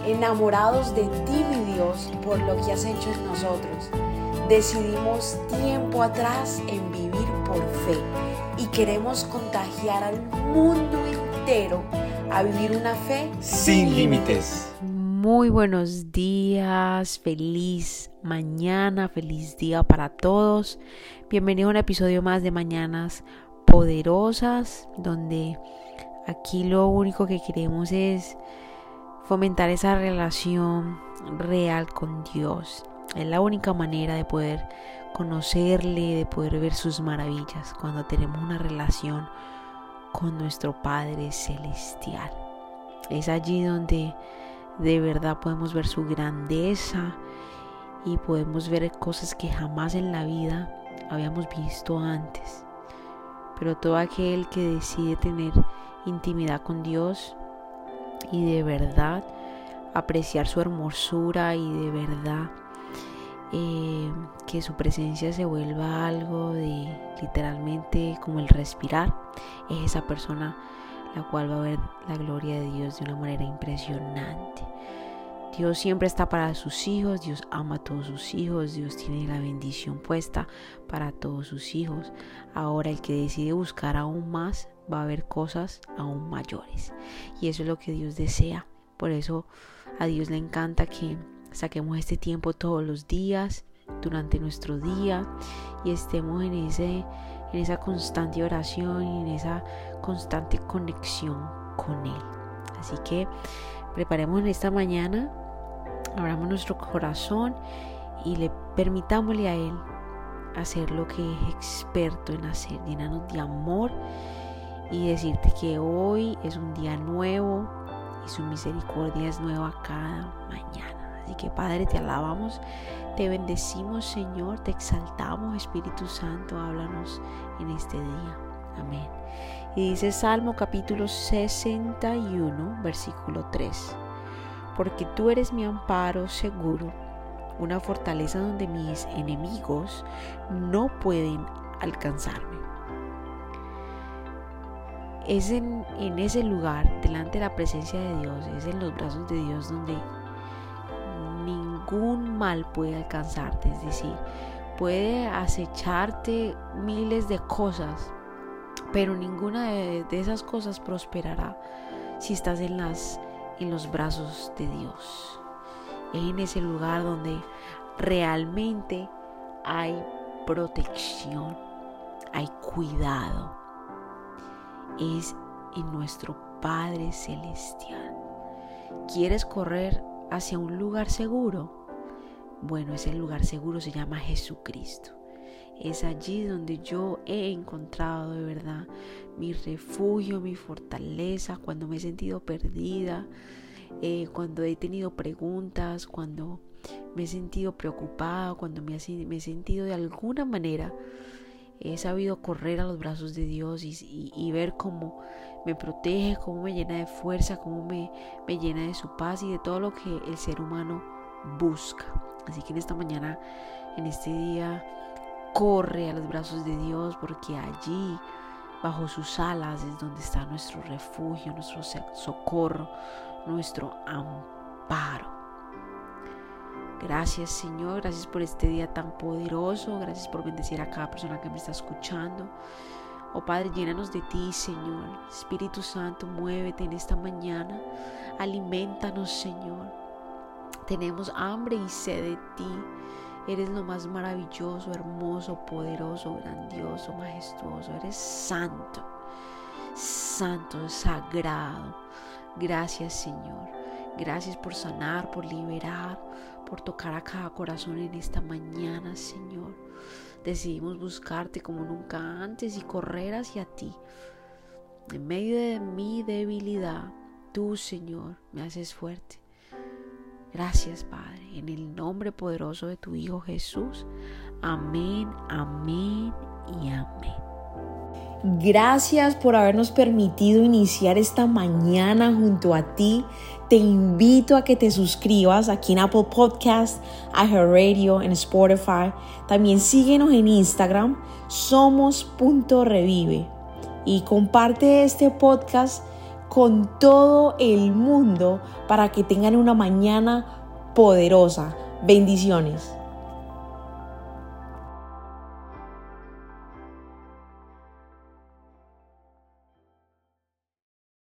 enamorados de ti, mi Dios, por lo que has hecho en nosotros. Decidimos tiempo atrás en vivir por fe y queremos contagiar al mundo entero a vivir una fe sin límites. Muy buenos días, feliz mañana, feliz día para todos. Bienvenido a un episodio más de Mañanas Poderosas, donde aquí lo único que queremos es fomentar esa relación real con Dios. Es la única manera de poder conocerle, de poder ver sus maravillas, cuando tenemos una relación con nuestro Padre Celestial. Es allí donde de verdad podemos ver su grandeza y podemos ver cosas que jamás en la vida habíamos visto antes. Pero todo aquel que decide tener intimidad con Dios y de verdad apreciar su hermosura y de verdad que su presencia se vuelva algo de literalmente como el respirar, es esa persona la cual va a ver la gloria de Dios de una manera impresionante. Dios siempre está para sus hijos, Dios ama a todos sus hijos, Dios tiene la bendición puesta para todos sus hijos. Ahora el que decide buscar aún más va a ver cosas aún mayores, y eso es lo que Dios desea. Por eso a Dios le encanta que saquemos este tiempo todos los días, durante nuestro día, y estemos en esa constante oración y en esa constante conexión con Él. Así que preparemos en esta mañana, abramos nuestro corazón y permitámosle a Él hacer lo que es experto en hacer, llenarnos de amor y decirte que hoy es un día nuevo y su misericordia es nueva cada mañana. Así que Padre, te alabamos, te bendecimos, Señor, te exaltamos, Espíritu Santo, háblanos en este día. Amén. Y dice Salmo capítulo 61, versículo 3. Porque tú eres mi amparo seguro, una fortaleza donde mis enemigos no pueden alcanzarme. Es en ese lugar, delante de la presencia de Dios, es en los brazos de Dios donde ningún mal puede alcanzarte. Es decir, puede acecharte miles de cosas, pero ninguna de esas cosas prosperará si estás en los brazos de Dios. Es en ese lugar donde realmente hay protección, hay cuidado. Es en nuestro Padre Celestial. ¿Quieres correr hacia un lugar seguro? Bueno, ese lugar seguro se llama Jesucristo. Es allí donde yo he encontrado de verdad mi refugio, mi fortaleza, cuando me he sentido perdida, cuando he tenido preguntas, cuando me he sentido preocupada, cuando me he sentido de alguna manera. He sabido correr a los brazos de Dios y ver cómo me protege, cómo me llena de fuerza, cómo me llena de su paz y de todo lo que el ser humano busca. Así que en esta mañana, en este día, corre a los brazos de Dios, porque allí, bajo sus alas, es donde está nuestro refugio, nuestro socorro, nuestro amparo. Gracias, Señor, gracias por este día tan poderoso, gracias por bendecir a cada persona que me está escuchando. Oh Padre, llénanos de ti, Señor. Espíritu Santo, muévete en esta mañana, aliméntanos, Señor. Tenemos hambre y sed de ti. Eres lo más maravilloso, hermoso, poderoso, grandioso, majestuoso. Eres santo, santo, sagrado. Gracias, Señor. Gracias por sanar, por liberar, por tocar a cada corazón en esta mañana, Señor. Decidimos buscarte como nunca antes y correr hacia ti. En medio de mi debilidad, tú, Señor, me haces fuerte. Gracias, Padre, en el nombre poderoso de tu Hijo Jesús. Amén, amén y amén. Gracias por habernos permitido iniciar esta mañana junto a ti. Te invito a que te suscribas aquí en Apple Podcasts, iHeartRadio, en Spotify. También síguenos en Instagram, somos.revive. Y comparte este podcast con todo el mundo para que tengan una mañana poderosa. Bendiciones.